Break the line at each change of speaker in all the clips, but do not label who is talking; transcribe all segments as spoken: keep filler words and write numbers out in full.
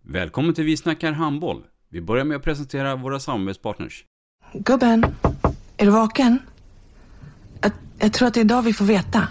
Välkommen till Vi snackar handboll. Vi börjar med att presentera våra samarbetspartners.
Gubben, är du vaken? Jag, jag tror att det är idag vi får veta.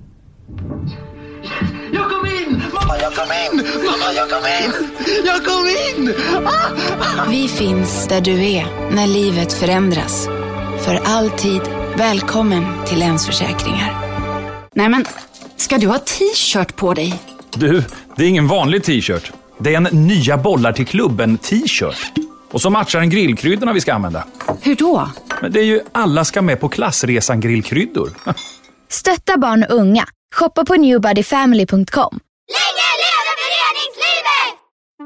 Jag kom in! Mamma, jag kom in! Mamma, jag kom in! Jag kom in! Ah!
Vi finns där du är när livet förändras. För alltid välkommen till Länsförsäkringar.
Nej men, ska du ha t-shirt på dig?
Du, det är ingen vanlig t-shirt. Det är en nya bollar till klubben t-shirt. Och så matchar den grillkryddorna vi ska använda.
Hur då?
Men det är ju alla ska med på klassresan grillkryddor.
Stötta barn och unga. Shoppa på new body family punkt com.
Länge leve föreningslivet!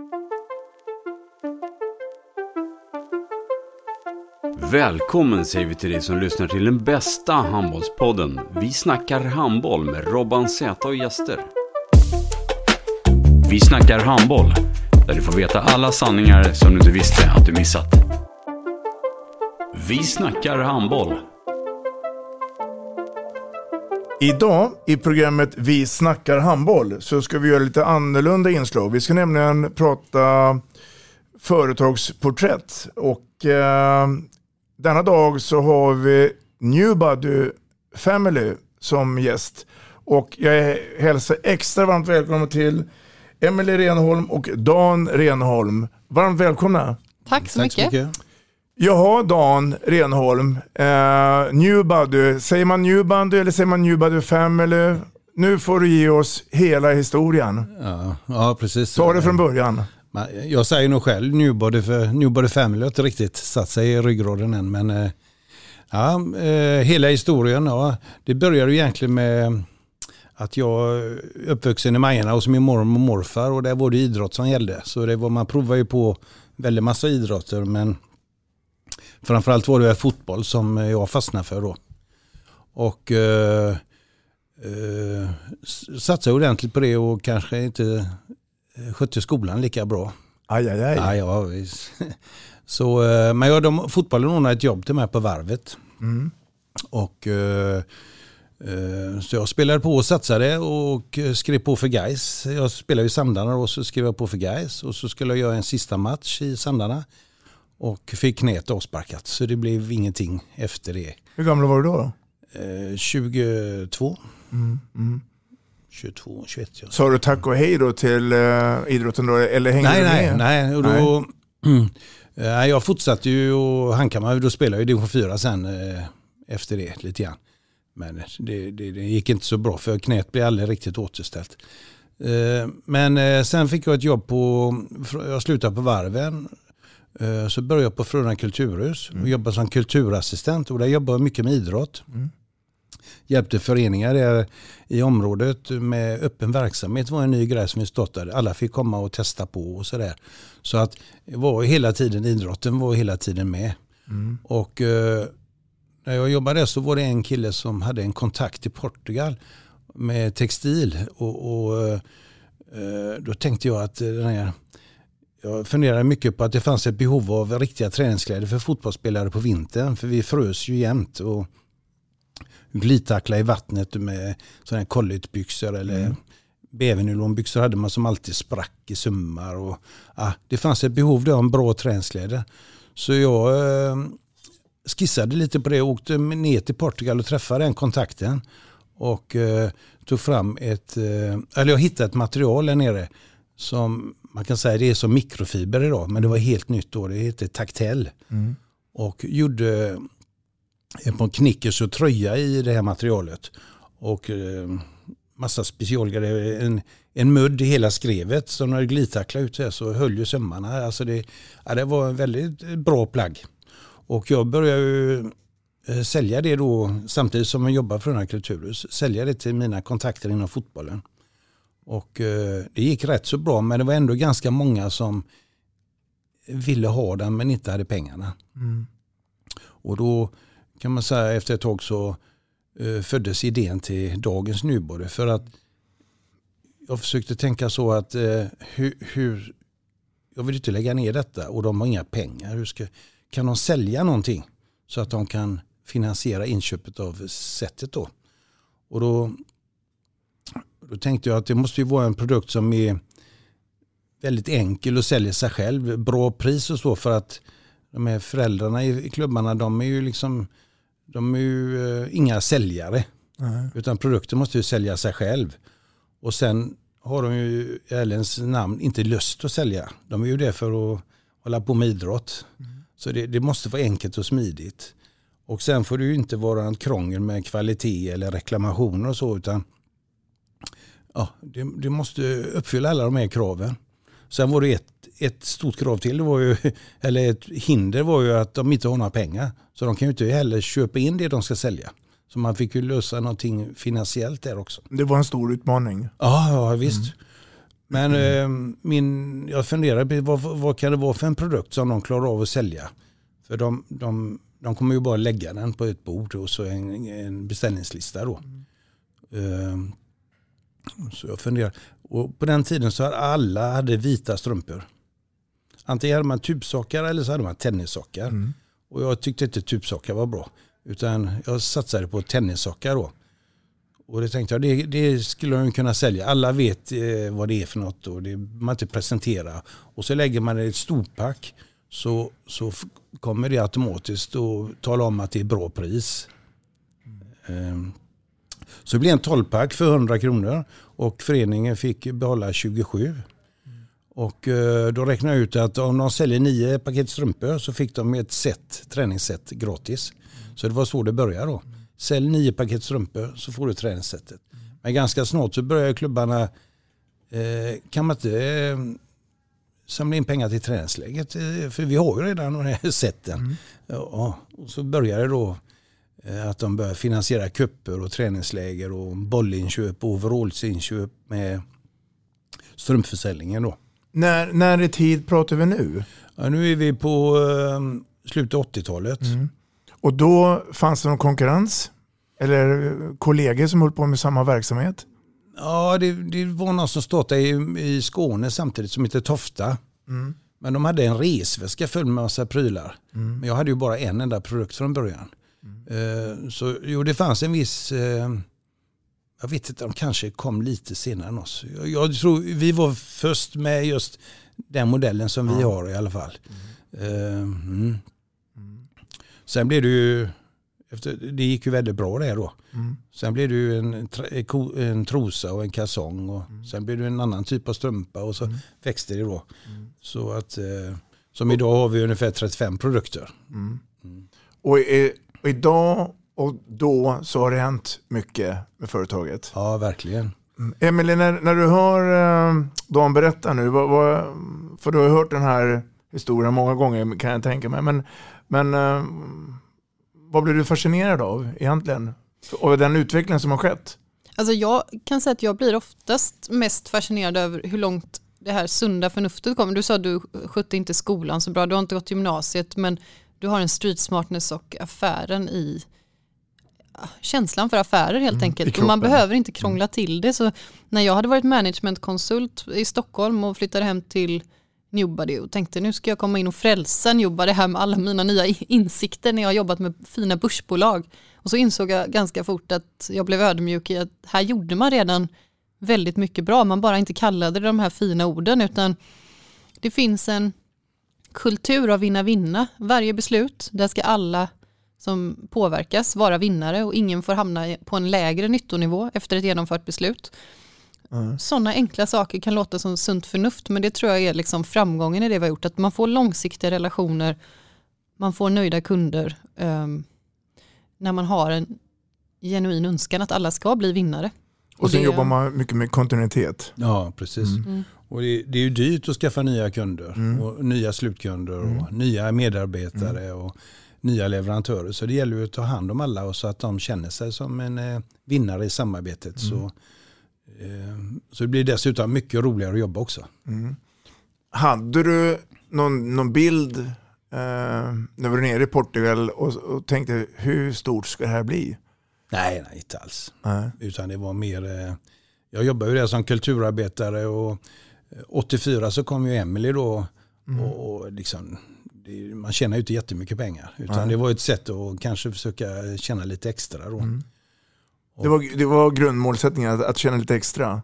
Välkommen säger vi till dig som lyssnar till den bästa handbollspodden. Vi snackar handboll med Robban Zäta och gäster. Vi snackar handboll, där du får veta alla sanningar som du inte visste att du missat. Vi snackar handboll.
Idag i programmet Vi snackar handboll så ska vi göra lite annorlunda inslag. Vi ska nämligen prata företagsporträtt och eh, denna dag så har vi New Body Family som gäst. Och jag hälsar extra varmt välkomna till Emelie Renholm och Dan Renholm. Varmt välkomna.
Tack så, Tack så mycket. mycket.
Jaha, Dan Renholm. Uh, New Body. Säger man New Body eller säger man New Body Family? Nu får du ge oss hela historien.
Ja, ja precis.
Ta det från början.
Jag säger nog själv New Body, för New Body Family har inte riktigt satt sig i ryggraden än. Men uh, ja, uh, hela historien, ja, det började ju egentligen med att jag uppvuxen i Majerna hos min mormor och morfar, och där var det idrott som gällde. Så det var, man provar ju på väldigt massa idrotter, men framförallt var det fotboll som jag fastnade för då. Och eh, eh, satsade ordentligt på det och kanske inte skötte skolan lika bra.
Aj, aj, aj.
Ja, ja, visst. Så, eh, men jag, de, fotbollen ordnade ett jobb till mig på varvet. Mm. Och eh, så jag spelade på och satsade och skrev på för Gais. Jag spelade i Sandarna och så skrev jag på för Gais. Och så skulle jag göra en sista match i Sandarna. Och fick knät avsparkat. Så det blev ingenting efter det.
Hur gammal var du då?
Eh, tjugotvå.
Mm, mm.
tjugotvå, tjugoett. Ja.
Sa du tack och hej då till uh, idrotten då? Eller hängde
nej,
du
nej,
med?
Nej, och då... Nej. Jag fortsatte ju och Handkammar, då spelade jag i division fyra sen eh, efter det lite grann. Men det, det, det gick inte så bra för knät blev aldrig riktigt återställt. Men sen fick jag ett jobb på, jag slutade på varven. Så började jag på Frölunda kulturhus och jobbade som kulturassistent. Och där jobbade jag mycket med idrott. Mm. Hjälpte föreningar där i området med öppen verksamhet. Det var en ny grej som vi startade. Alla fick komma och testa på och sådär. Så att det var hela tiden, idrotten var hela tiden med. Mm. Och när jag jobbade så var det en kille som hade en kontakt i Portugal med textil. Och, och då tänkte jag att den här, jag funderade mycket på att det fanns ett behov av riktiga träningskläder för fotbollsspelare på vintern. För vi frös ju jämt och glidtackla i vattnet med sådana här colletbyxor eller mm. bävernylonbyxor hade man som alltid sprack i sömmar. Och, ja, det fanns ett behov av en bra träningskläder. Så jag eh, skissade lite på det och åkte ner till Portugal och träffade den kontakten. Och eh, tog fram ett, eh, eller jag hittade ett material där nere som man kan säga det är som mikrofiber idag, men det var helt nytt då. Det heter Tactel. Mm. Och gjorde en på knickers och tröja i det här materialet. Och eh, massa specialgrejer. En, en mudd i hela skrevet. Så när det glidtacklade ut så, här, så höll ju sömmarna. Alltså det, ja, det var en väldigt bra plagg. Och jag började ju eh, sälja det då samtidigt som jag jobbar för den här kulturhus. Sälja det till mina kontakter inom fotbollen. Och eh, det gick rätt så bra, men det var ändå ganska många som ville ha den men inte hade pengarna. Mm. Och då kan man säga efter ett tag så eh, föddes idén till dagens New Body. För att jag försökte tänka så att eh, hur, hur jag vill inte lägga ner detta och de har inga pengar. Hur ska, kan de sälja någonting så att de kan finansiera inköpet av sättet då? Och då Då tänkte jag att det måste ju vara en produkt som är väldigt enkel att sälja sig själv. Bra pris och så, för att de här föräldrarna i klubbarna, de är ju liksom de är ju uh, inga säljare. Mm. Utan produkten måste ju sälja sig själv. Och sen har de ju i ärlighetens namn inte lust att sälja. De är ju där för att hålla på med idrott. Mm. Så det, det måste vara enkelt och smidigt. Och sen får det ju inte vara en krångel med kvalitet eller reklamationer och så, utan ja, det, det måste uppfylla alla de här kraven. Sen var det ett, ett stort krav till, det var ju, eller ett hinder var ju att de inte har några pengar. Så de kan ju inte heller köpa in det de ska sälja. Så man fick ju lösa någonting finansiellt där också.
Det var en stor utmaning.
Ja, ja visst. Mm. Men mm. Eh, min, jag funderar på vad, vad kan det vara för en produkt som de klarar av att sälja. För de, de, de kommer ju bara lägga den på ett bord och så en, en beställningslista då. Mm. Eh, så jag funderar. Och på den tiden så hade alla hade vita strumpor. Antingen hade man tubsockar eller så hade man tennissockar. Mm. Och jag tyckte inte tubsockar var bra. Utan jag satsade på tennissockar då. Och det tänkte jag, det, det skulle de kunna sälja. Alla vet eh, vad det är för något och det man inte presentera. Och så lägger man det i ett storpack, så, så f- kommer det automatiskt att tala om att det är bra pris. Mm. Eh, så det blev en tolv-pack för hundra kronor och föreningen fick behålla tjugosju. Mm. Och eh, då räknade jag ut att om de säljer nio paket strumpor så fick de ett set, träningsset gratis. Mm. Så det var så det började då. Mm. Sälj nio paket strumpor så får du träningssättet. Mm. Men ganska snart så börjar klubbarna, eh, kan man inte eh, samla in pengar till träningsläget? Eh, för vi har ju redan de här sätten. Mm. Ja, och så börjar det då eh, att de börjar finansiera kupper och träningsläger och bollinköp och overallsinköp med strumpförsäljningen då.
När, när i tid pratar vi nu?
Ja, nu är vi på eh, slutet av åttiotalet. Mm.
Och då fanns det någon konkurrens? Eller kollegor som höll på med samma verksamhet?
Ja, det, det var någon som startade i, i Skåne samtidigt som heter Tofta. Mm. Men de hade en resväska full med massa prylar. Mm. Men jag hade ju bara en enda produkt från början. Mm. Uh, så jo, det fanns en viss... Uh, jag vet inte, de kanske kom lite senare än oss. Jag, jag tror vi var först med just den modellen som ja. vi har i alla fall. Mm. Uh, mm. Sen blev det ju, efter, det gick ju väldigt bra det då. Mm. Sen blev det ju en, en trosa och en kalsong och mm. sen blev det en annan typ av strumpa och så mm. växte det då. Mm. Så att, eh, som idag har vi ungefär trettiofem produkter. Mm.
Mm. Och, i, och idag och då så har det hänt mycket med företaget.
Ja, verkligen.
Mm. Emelie, när, när du hör eh, Dan berätta nu, vad, vad, för du har hört den här historien många gånger kan jag tänka mig, men Men eh, vad blir du fascinerad av egentligen? Och den utvecklingen som har skett?
Alltså jag kan säga att jag blir oftast mest fascinerad över hur långt det här sunda förnuftet kommer. Du sa att du skötte inte skolan så bra, du har inte gått gymnasiet, men du har en street smartness och affären i känslan för affärer helt mm, enkelt. Och man behöver inte krångla mm. till det. Så när jag hade varit managementkonsult i Stockholm och flyttade hem till Newbody och tänkte nu ska jag komma in och frälsa Newbody här med alla mina nya insikter när jag har jobbat med fina börsbolag. Och så insåg jag ganska fort att jag blev ödmjuk i att här gjorde man redan väldigt mycket bra. Man bara inte kallade det de här fina orden, utan det finns en kultur av vinna-vinna. Varje beslut, där ska alla som påverkas vara vinnare och ingen får hamna på en lägre nyttonivå efter ett genomfört beslut. Mm. Sådana enkla saker kan låta som sunt förnuft, men det tror jag är liksom framgången i det vi har gjort. Att man får långsiktiga relationer, man får nöjda kunder um, när man har en genuin önskan att alla ska bli vinnare.
Och, och sen det, jobbar man mycket med kontinuitet.
Ja, precis. Mm. Mm. Och det, det är ju dyrt att skaffa nya kunder mm. och nya slutkunder mm. och nya medarbetare mm. och nya leverantörer. Så det gäller ju att ta hand om alla och så att de känner sig som en eh, vinnare i samarbetet. Mm. Så Så det blir dessutom mycket roligare att jobba också. Mm.
Hade du någon, någon bild eh, när du var nere i Portugal och, och tänkte hur stort ska det här bli?
Nej, nej inte alls. Mm. Utan det var mer... Eh, jag jobbade ju där som kulturarbetare och åttiofyra så kom ju Emelie då mm. och, och liksom, det, man tjänar ju inte jättemycket pengar. Utan mm. det var ett sätt att kanske försöka tjäna lite extra då. Mm.
Det var, det var grundmålsättningen att, att tjäna lite extra.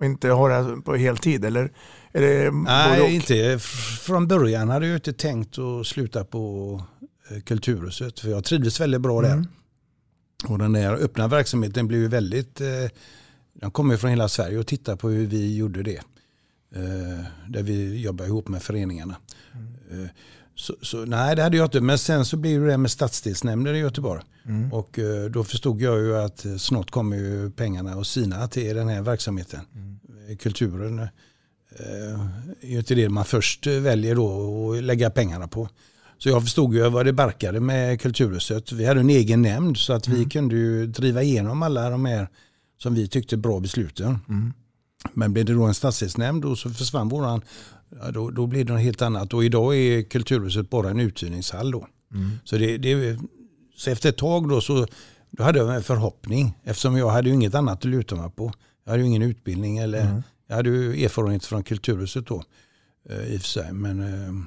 och inte ha det på heltid, eller? Är det
Nej, inte. Från början hade jag inte tänkt att sluta på Kulturhuset, för jag trivdes väldigt bra där. Mm. Och den där öppna verksamheten blev ju väldigt, eh, de kommer från hela Sverige och tittar på hur vi gjorde det. Eh, där vi jobbar ihop med föreningarna. Mm. Eh, så, så nej, det hade jag inte. Men sen så blev det med stadsdelsnämnden i Göteborg. Mm. Och eh, då förstod jag ju att snart kommer ju pengarna att sina till den här verksamheten. Mm. Kulturen eh, är ju inte det man först väljer då att lägga pengarna på. Så jag förstod ju vad det barkade med Kulturhuset. Vi hade en egen nämnd så att vi mm. kunde ju driva igenom alla de här som vi tyckte bra besluten. Mm. Men blev det då en stadsdelsnämnd och så försvann våran, ja, då, då blev det något helt annat. Och idag är Kulturhuset bara en uthyrningshall då. Mm. Så, det, det, så efter ett tag då så då hade jag en förhoppning, eftersom jag hade ju inget annat att luta mig på. Jag hade ju ingen utbildning eller mm. jag hade ju erfarenhet från Kulturhuset då i och för sig. Men,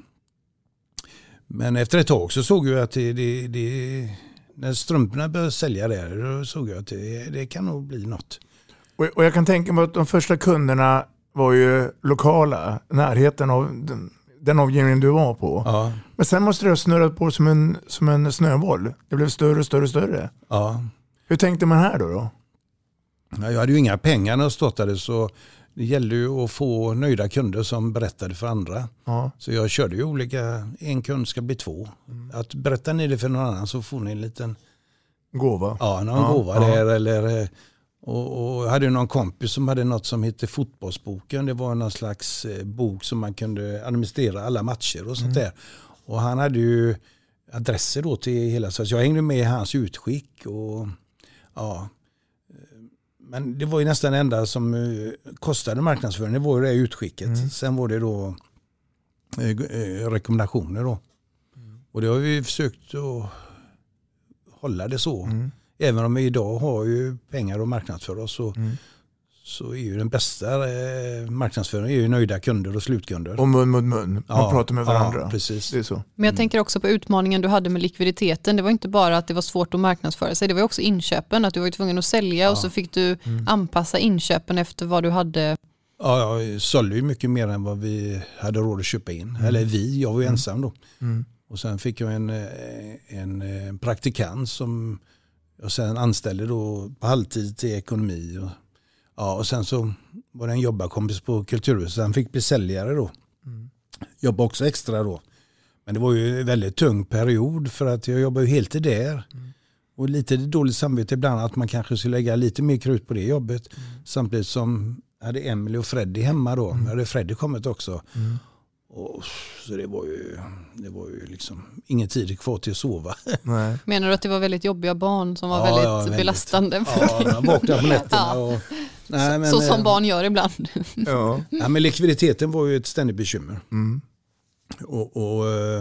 men efter ett tag så såg jag att det, det, det, när strumporna började sälja där, då såg jag att det, det kan nog bli något.
Och, och jag kan tänka mig att de första kunderna var ju lokala, närheten av den, den omgivning du var på. Ja. Men sen måste det ha snurrat på som en, som en snöboll. Det blev större och större och större.
Ja.
Hur tänkte man här då? då?
Ja, jag hade ju inga pengar när jag startade, så det gällde ju att få nöjda kunder som berättade för andra. Ja. Så jag körde ju olika, en kund ska bli två. Mm. Att berätta ni det för någon annan så får ni en liten
gåva.
Ja, någon
ja,
gåva
ja.
där. Eller, och, och jag hade ju någon kompis som hade något som hette Fotbollsboken. Det var någon slags bok som man kunde administrera alla matcher och sånt mm. där. Och han hade ju adresser då till hela, så jag hängde med i hans utskick och ja. Men det var ju nästan det enda som kostade marknadsföring. Det var ju det utskicket. Mm. Sen var det då eh, rekommendationer då. Mm. Och det har vi försökt att hålla det så. Mm. Även om vi idag har ju pengar att marknadsföra oss så, mm. så är ju den bästa eh, marknadsföringen är ju nöjda kunder och slutkunder.
Och mun mot mun. Man
ja,
pratar med varandra.
Ja, precis.
Det är så.
Men jag tänker också på utmaningen du hade med likviditeten. Det var inte bara att det var svårt att marknadsföra sig. Det var också inköpen. Att du var tvungen att sälja ja. och så fick du mm. anpassa inköpen efter vad du hade.
Ja, jag sålde ju mycket mer än vad vi hade råd att köpa in. Mm. Eller vi, jag var ju mm. ensam då. Mm. Och sen fick jag en, en, en praktikant som jag sen anställde då på halvtid till ekonomi. Och, ja, och sen så var det en jobbarkompis på Kulturhuset. Han fick bli säljare då. Mm. Jobba också extra då. Men det var ju en väldigt tung period för att jag jobbade ju heltid där. Mm. Och lite dåligt samvete ibland att man kanske skulle lägga lite mer krut på det jobbet. Mm. Samtidigt som jag hade Emily och Freddy hemma då. Mm. hade Freddy kommit också. Mm. Och, så det var ju det var ju liksom ingen tid kvar till att sova. Nej.
Menar du att det var väldigt jobbiga barn som var ja, väldigt, ja, väldigt belastande?
Ja, man vaknade på nätterna.
ja.
och, nej, men,
så som barn gör ibland.
ja. ja, men likviditeten var ju ett ständigt bekymmer. Mm. Och, och äh,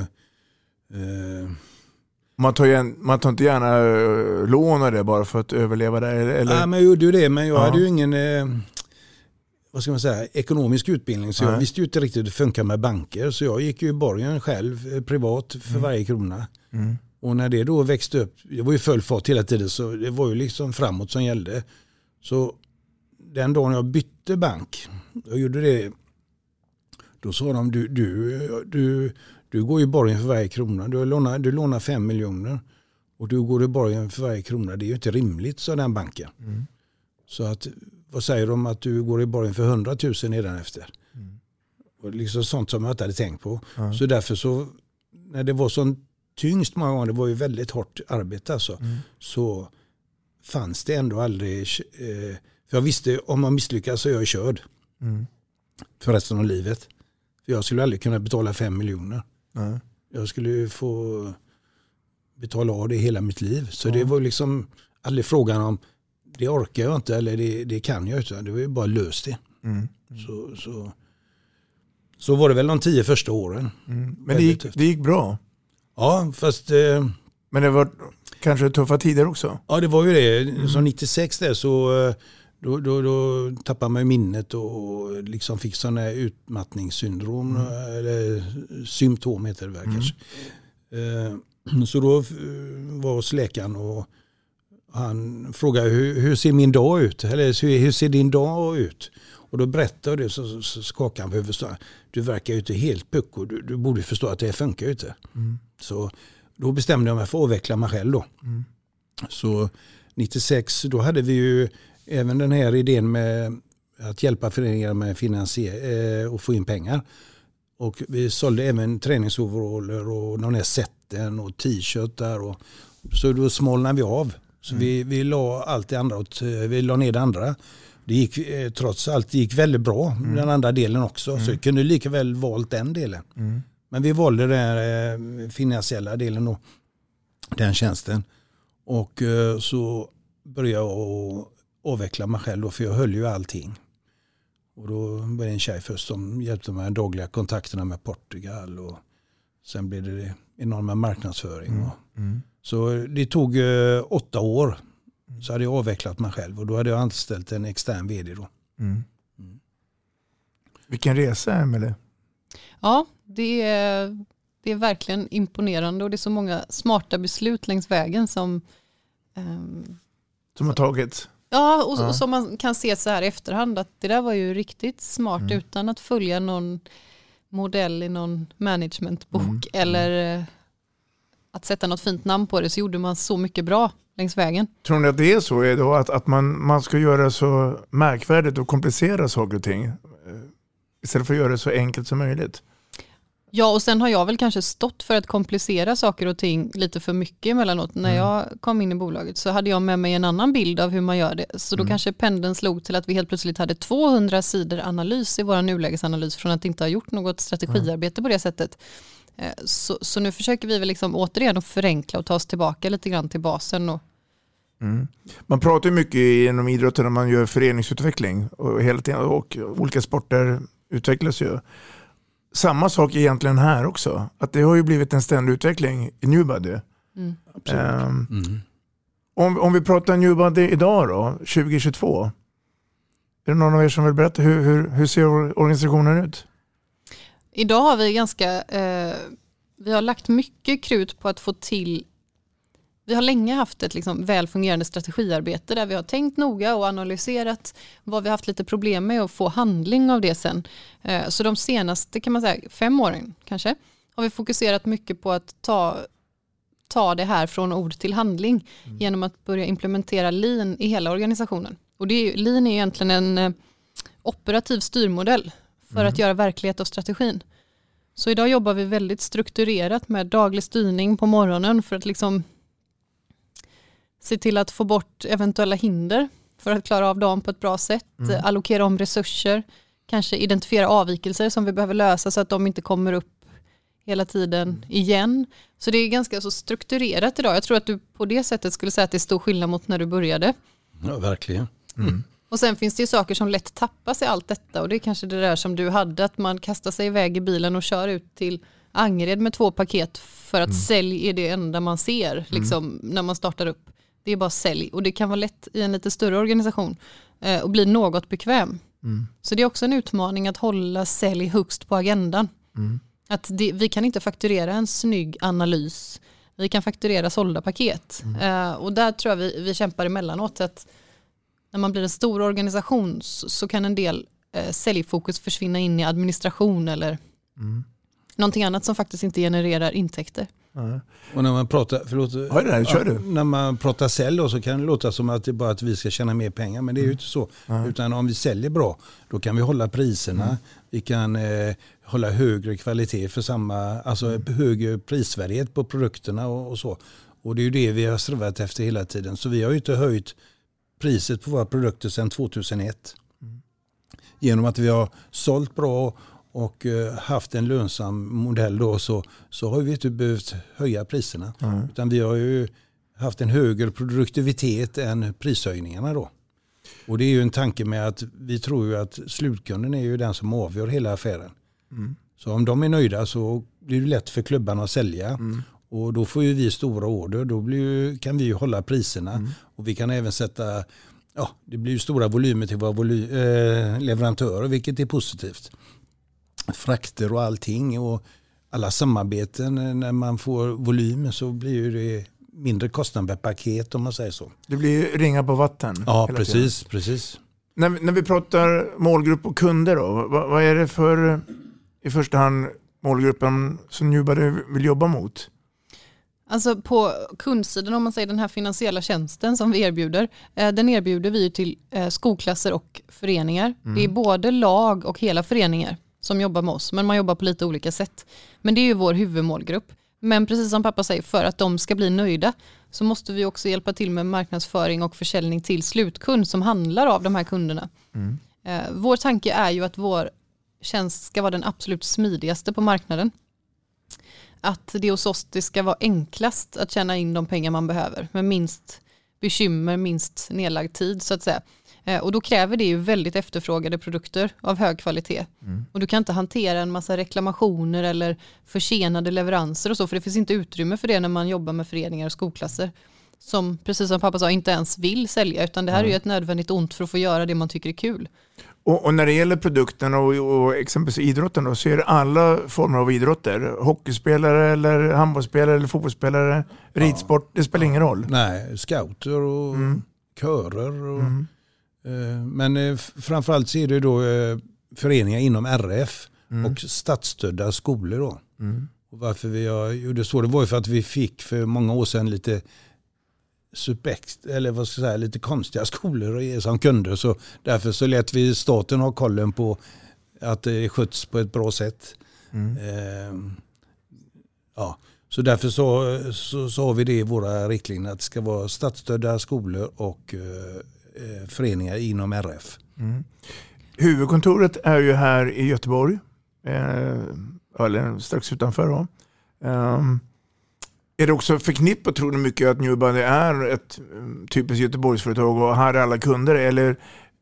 äh,
man, tar igen, man tar inte gärna äh, lån av det bara för att överleva där? Eller?
Ja, men jag gjorde ju det, men jag ja. hade ju ingen... Äh, vad ska man säga, ekonomisk utbildning, så Nej. jag visste ju inte riktigt hur det funkar med banker, så jag gick ju i borgen själv privat för mm. varje krona. Mm. Och när det då växte upp, det var ju full fart hela tiden, så det var ju liksom framåt som gällde. Så den dagen jag bytte bank, jag gjorde det, då sa de, du, du, du, du går i borgen för varje krona, du lånar, du lånar fem miljoner och du går i borgen för varje krona, det är ju inte rimligt, sa den banken. Mm. Så att vad säger de att du går i borgen för hundratusen nedan efter? Mm. Och liksom sånt som jag inte hade tänkt på. Mm. Så därför så, när det var så tyngst många gånger, det var ju väldigt hårt arbete alltså, mm. så fanns det ändå aldrig, eh, för jag visste om man misslyckas så är jag körd. Mm. För resten av livet. För jag skulle aldrig kunna betala fem miljoner. Mm. Jag skulle ju få betala av det hela mitt liv. Så mm. det var liksom aldrig frågan om det orkar jag inte eller det, det kan jag inte. Det var ju bara löst det. Mm. Mm. Så, så, så var det väl de tio första åren.
Mm. Men det gick, det gick bra?
Ja, fast... Eh,
men det var kanske tuffa tider också?
Ja, det var ju det. Mm. Som nittiosex där så då, då, då tappade man minnet och liksom fick sådana här utmattningssyndrom. Mm. Eller symptom heter det väl mm. kanske. Eh, så då var hos läkaren och han frågade hur, hur ser min dag ut? Eller hur, hur ser din dag ut? Och då berättar jag det så, så skakar han på huvudet. Du verkar ju inte helt pucko. Du, du borde förstå att det funkar ju inte. Mm. Så då bestämde jag mig för att avveckla mig själv då. Mm. Så nittiosex då hade vi ju även den här idén med att hjälpa föreningar med finansiering och få in pengar. Och vi sålde även träningsoveraller och de här sätten och t-shirtar. Och, så då smålnade vi av. Så mm. vi, vi la allt det andra åt, vi la ner det andra. Det gick, trots allt det gick väldigt bra, mm. den andra delen också. Mm. Så vi kunde lika väl valt den delen. Mm. Men vi valde den eh, finansiella delen och den tjänsten. Och eh, så började jag avveckla mig själv då, för jag höll ju allting. Och då var det en tjej först som hjälpte mig med dagliga kontakterna med Portugal. Och sen blev det enorma marknadsföring. Mm. Och, mm. Så det tog eh, åtta år. Så hade jag avvecklat mig själv och då hade jag anställt en extern vd då.
Mm. Mm. Vilken resa, Emelie.
Ja, det är, det är verkligen imponerande och det är så många smarta beslut längs vägen som... Um,
som har tagits.
Ja, och, ja. och som man kan se så här i efterhand att det där var ju riktigt smart mm. utan att följa någon modell i någon managementbok mm. eller uh, att sätta något fint namn på det, så gjorde man så mycket bra längs vägen.
Tror ni att det är så? Är då att, att man, man ska göra så märkvärdigt och komplicera saker och ting istället för att göra det så enkelt som möjligt?
Ja, och sen har jag väl kanske stått för att komplicera saker och ting lite för mycket emellanåt. När mm. jag kom in i bolaget så hade jag med mig en annan bild av hur man gör det. Så då mm. kanske pendeln slog till att vi helt plötsligt hade tvåhundra sidor analys i vår nulägesanalys från att inte ha gjort något strategiarbete mm. på det sättet. Så, så nu försöker vi väl liksom återigen att förenkla och ta oss tillbaka lite grann till basen. Och...
Mm. Man pratar ju mycket inom idrotten när man gör föreningsutveckling och, hela tiden, och olika sporter utvecklas ju. Samma sak egentligen här också. Att det har ju blivit en ständig utveckling i Newbody. Mm. Um, mm. om, om vi pratar Newbody idag då, tjugo tjugotvå. Är det någon av er som vill berätta hur, hur, hur ser organisationen ut?
Idag har vi ganska, eh, vi har lagt mycket krut på att få till, vi har länge haft ett liksom väl fungerande strategiarbete där vi har tänkt noga och analyserat vad vi har haft lite problem med och få handling av det sen. Eh, så de senaste kan man säga fem åren kanske har vi fokuserat mycket på att ta, ta det här från ord till handling mm. genom att börja implementera lean i hela organisationen. Och det är, lean är egentligen en eh, operativ styrmodell för mm. att göra verklighet av strategin. Så idag jobbar vi väldigt strukturerat med daglig styrning på morgonen för att liksom se till att få bort eventuella hinder för att klara av dem på ett bra sätt. Mm. Allokera om resurser, kanske identifiera avvikelser som vi behöver lösa så att de inte kommer upp hela tiden mm. igen. Så det är ganska så strukturerat idag. Jag tror att du på det sättet skulle säga att det är stor skillnad mot när du började.
Ja, verkligen.
Mm. Och sen finns det ju saker som lätt tappas i allt detta. Och det är kanske det där som du hade. Att man kastar sig iväg i bilen och kör ut till Angered med två paket. För att mm. sälj är det enda man ser liksom, mm. när man startar upp. Det är bara sälj. Och det kan vara lätt i en lite större organisation. Eh, och bli något bekväm. Mm. Så det är också en utmaning att hålla sälj högst på agendan. Mm. Att det, vi kan inte fakturera en snygg analys. Vi kan fakturera sålda paket. Mm. Eh, och där tror jag vi, vi kämpar emellanåt. Att när man blir en stor organisation så, så kan en del eh, säljfokus försvinna in i administration eller mm. någonting annat som faktiskt inte genererar intäkter.
Mm. Och när man pratar, förlåt,
Oj, nej, kör du.
när man pratar sälj då, så kan det låta som att det bara att vi ska tjäna mer pengar, men det är ju inte så. Mm. Utan om vi säljer bra, då kan vi hålla priserna, mm. vi kan eh, hålla högre kvalitet för samma, alltså mm. högre prisvärdighet på produkterna och, och så. Och det är ju det vi har strävat efter hela tiden. Så vi har ju inte höjt priset på våra produkter sedan tvåtusenett. Mm. Genom att vi har sålt bra och haft en lönsam modell då, så, så har vi inte behövt höja priserna. Mm. Utan vi har ju haft en högre produktivitet än prishöjningarna då. Och det är ju en tanke med att vi tror ju att slutkunden är ju den som avgör hela affären. Mm. Så om de är nöjda så blir det lätt för klubbarna att sälja. Mm. Och då får ju vi stora order. Då blir ju, kan vi ju hålla priserna. Mm. Och vi kan även sätta, ja, det blir ju stora volymer till våra voly, eh, leverantörer, vilket är positivt. Frakter och allting och alla samarbeten, när man får volym så blir det mindre kostnad per paket, om man säger så.
Det blir ringar på vatten.
Ja, precis, precis.
När, när vi pratar målgrupp och kunder då, vad, vad är det för i första hand målgruppen som Newbody vill jobba mot?
Alltså på kundsidan, om man säger den här finansiella tjänsten som vi erbjuder, eh, den erbjuder vi till eh, skolklasser och föreningar. Mm. Det är både lag och hela föreningar som jobbar med oss, men man jobbar på lite olika sätt. Men det är ju vår huvudmålgrupp. Men precis som pappa säger, för att de ska bli nöjda så måste vi också hjälpa till med marknadsföring och försäljning till slutkund som handlar av de här kunderna. Mm. Eh, vår tanke är ju att vår tjänst ska vara den absolut smidigaste på marknaden. Att det hos oss det ska vara enklast att tjäna in de pengar man behöver med minst bekymmer, minst nedlagd tid så att säga. Eh, och då kräver det ju väldigt efterfrågade produkter av hög kvalitet. Mm. Och du kan inte hantera en massa reklamationer eller försenade leveranser och så, för det finns inte utrymme för det när man jobbar med föreningar och skolklasser som, precis som pappa sa, inte ens vill sälja, utan det här mm. är ju ett nödvändigt ont för att få göra det man tycker är kul.
Och, och när det gäller produkten och, och exempelvis idrotten då, så är det alla former av idrotter. Hockeyspelare eller handbollsspelare eller fotbollsspelare, ja. ridsport, det spelar ja. ingen roll.
Nej, scouter och mm. körer. Och,
mm.
eh, men eh, framförallt så är det då eh, föreningar inom R F mm. och statsstödda skolor då. Mm. Och varför vi gjorde så, det var ju för att vi fick för många år sedan lite suspekt, eller vad ska jag säga, lite konstiga skolor som kunder, så därför så lät vi staten ha kollen på att det sköts på ett bra sätt. Mm. Eh, ja, så därför så, så, så har vi det i våra riktlinjer att det ska vara statsstödda skolor och eh, föreningar inom R F.
Mm. Huvudkontoret är ju här i Göteborg, eh, eller strax utanför då. Um, Är det också förknippat, tror du, mycket att Newbody är ett typiskt Göteborgsföretag och här är alla kunder, eller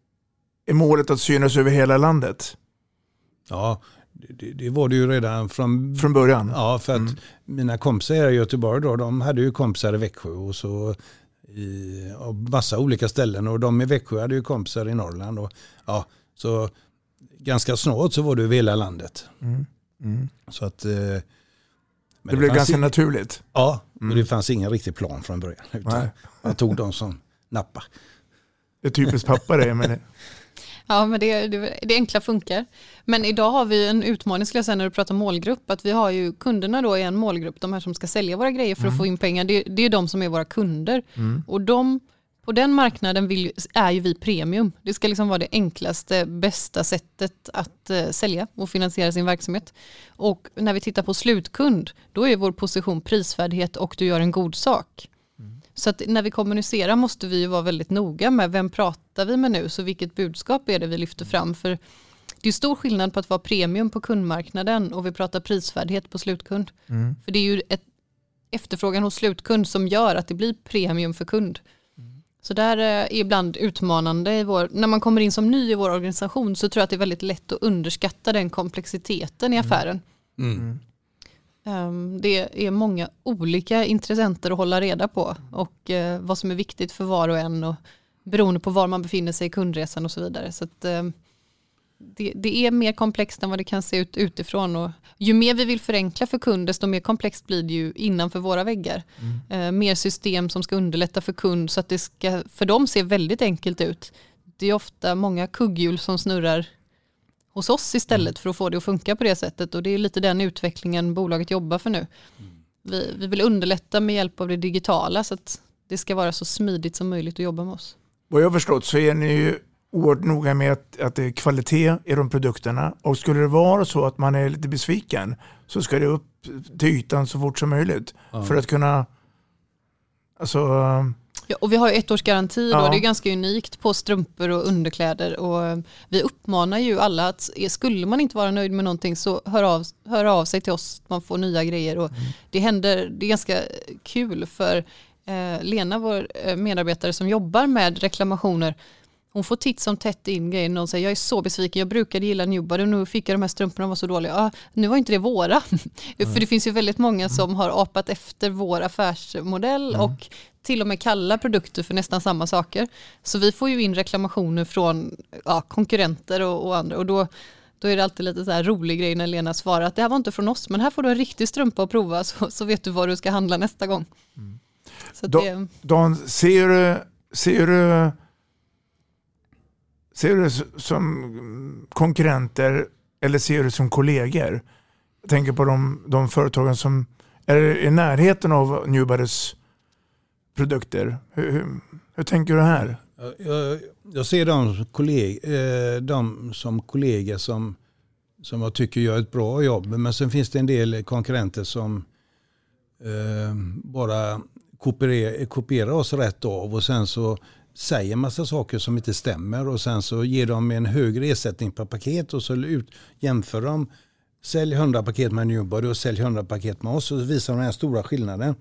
är målet att synas över hela landet?
Ja, det, det var det ju redan från,
från början.
Ja, för att mm. mina kompisar i Göteborg då, de hade ju kompisar i Växjö och så i och massa olika ställen, och de i Växjö hade ju kompisar i Norrland och ja, så ganska snart så var det över hela landet.
Mm. Mm.
Så att
Men det, det blev ganska in... naturligt.
Ja, mm. men det fanns ingen riktig plan från början. Utan jag tog dem som nappa.
Det är typiskt pappa det. Men det...
Ja, men det, det, det enkla funkar. Men idag har vi en utmaning, skulle jag säga, när du pratar målgrupp. Att vi har ju kunderna då i en målgrupp. De här som ska sälja våra grejer för mm. att få in pengar. Det, det är de som är våra kunder. Mm. Och de... På den marknaden vill, är ju vi premium. Det ska liksom vara det enklaste, bästa sättet att eh, sälja och finansiera sin verksamhet. Och när vi tittar på slutkund, då är vår position prisvärdighet och du gör en god sak. Mm. Så att när vi kommunicerar måste vi ju vara väldigt noga med vem pratar vi med nu, så vilket budskap är det vi lyfter fram. För det är stor skillnad på att vara premium på kundmarknaden och vi pratar prisvärdighet på slutkund. Mm. För det är ju ett efterfrågan hos slutkund som gör att det blir premium för kund. Så där är ibland utmanande i vår, när man kommer in som ny i vår organisation, så tror jag att det är väldigt lätt att underskatta den komplexiteten i affären. Mm. Um, det är många olika intressenter att hålla reda på och uh, vad som är viktigt för var och en och beroende på var man befinner sig i kundresan och så vidare. Så att, uh, det, det är mer komplext än vad det kan se ut utifrån, och ju mer vi vill förenkla för kunder, desto mer komplext blir det ju innanför våra väggar. Mm. Eh, mer system som ska underlätta för kund så att det ska för dem se väldigt enkelt ut. Det är ofta många kugghjul som snurrar hos oss istället för att få det att funka på det sättet, och det är lite den utvecklingen bolaget jobbar för nu. Mm. Vi, vi vill underlätta med hjälp av det digitala så att det ska vara så smidigt som möjligt att jobba med oss.
Vad jag har förstått så är ni ju oerhört noga med att, att det är kvalitet i de produkterna, och skulle det vara så att man är lite besviken så ska det upp till ytan så fort som möjligt ja. för att kunna alltså,
ja, och vi har ju ett års garanti då. Ja. Det är ganska unikt på strumpor och underkläder, och vi uppmanar ju alla att skulle man inte vara nöjd med någonting så hör av, hör av sig till oss, man får nya grejer, och mm. det händer, det är ganska kul för eh, Lena, vår medarbetare som jobbar med reklamationer. Hon får titt som tätt in grejer och säger jag är så besviken, jag brukade gilla Newbody och nu fick jag de här strumporna, var så dåliga. Ah, nu var inte det våra. Mm. För det finns ju väldigt många som har apat efter vår affärsmodell mm. och till och med kalla produkter för nästan samma saker. Så vi får ju in reklamationer från ja, konkurrenter och, och andra, och då, då är det alltid lite så här rolig grej när Lena svarar att det här var inte från oss, men här får du en riktig strumpa att prova, så, så vet du vad du ska handla nästa gång. Mm. Så
Dan,
det...
Dan, ser du ser du ser du det som konkurrenter eller ser du det som kollegor? Jag tänker på de, de företagen som är i närheten av Newbodies produkter. Hur, hur, hur tänker du här?
Jag, jag ser dem, kolleg, eh, dem som kollegor som, som jag tycker gör ett bra jobb. Men sen finns det en del konkurrenter som eh, bara kopierar, kopierar oss rätt av och sen så säger massa saker som inte stämmer och sen så ger de en högre ersättning per paket och så ut, jämför de, sälj hundra paket med Newbody och sälj hundra paket med oss och så visar de den här stora skillnaden.